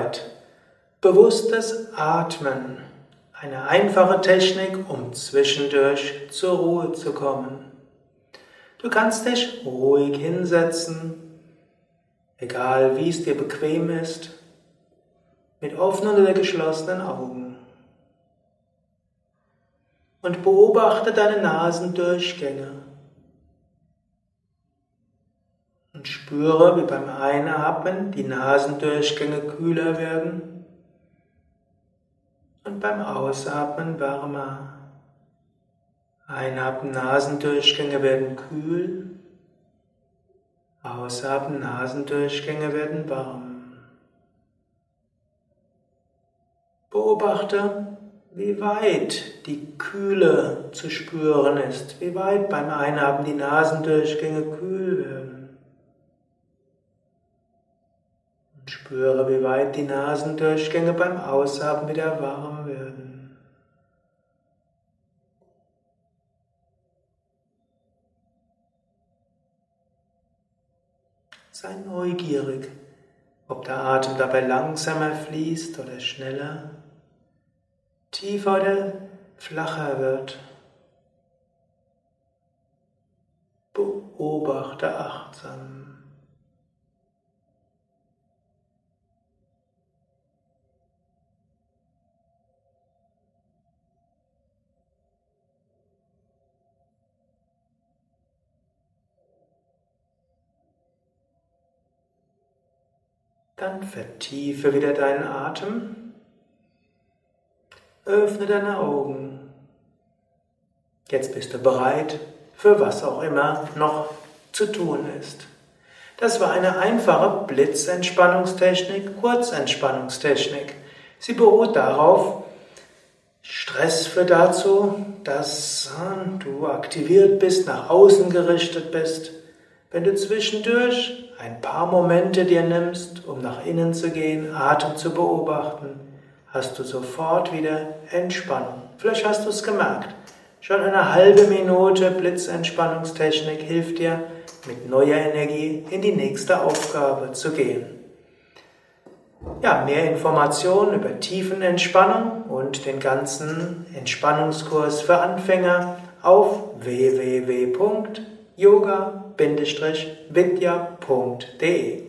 Achtsamkeit. Bewusstes Atmen. Eine einfache Technik, um zwischendurch zur Ruhe zu kommen. Du kannst dich ruhig hinsetzen, egal wie es dir bequem ist, mit offenen oder geschlossenen Augen. Und beobachte deine Nasendurchgänge. Und spüre, wie beim Einatmen die Nasendurchgänge kühler werden und beim Ausatmen wärmer. Einatmen, Nasendurchgänge werden kühl, ausatmen, Nasendurchgänge werden warm. Beobachte, wie weit die Kühle zu spüren ist, wie weit beim Einatmen die Nasendurchgänge kühl werden. Und spüre, wie weit die Nasendurchgänge beim Ausatmen wieder warm werden. Sei neugierig, ob der Atem dabei langsamer fließt oder schneller, tiefer oder flacher wird. Beobachte achtsam. Dann vertiefe wieder deinen Atem. Öffne deine Augen. Jetzt bist du bereit für was auch immer noch zu tun ist. Das war eine einfache Blitzentspannungstechnik, Kurzentspannungstechnik. Sie beruht darauf, Stress führt dazu, dass du aktiviert bist, nach außen gerichtet bist. Wenn du zwischendurch ein paar Momente dir nimmst, um nach innen zu gehen, Atem zu beobachten, hast du sofort wieder Entspannung. Vielleicht hast du es gemerkt. Schon eine halbe Minute Blitzentspannungstechnik hilft dir, mit neuer Energie in die nächste Aufgabe zu gehen. Ja, mehr Informationen über Tiefenentspannung und den ganzen Entspannungskurs für Anfänger auf www.yoga-vidya.de